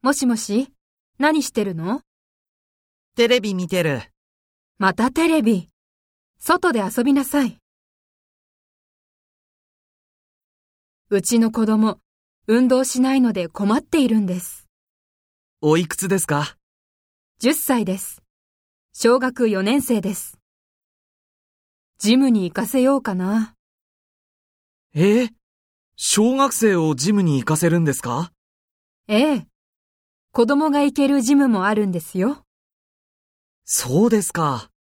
もしもし、何してるの？ テレビ見てる。 またテレビ。外で遊びなさい。うちの子供、運動しないので困っているんです。 おいくつですか 10歳です。小学4年生です。ジムに行かせようかな。 小学生をジムに行かせるんですか？ ええ。子供が行けるジムもあるんですよ。 そうですか。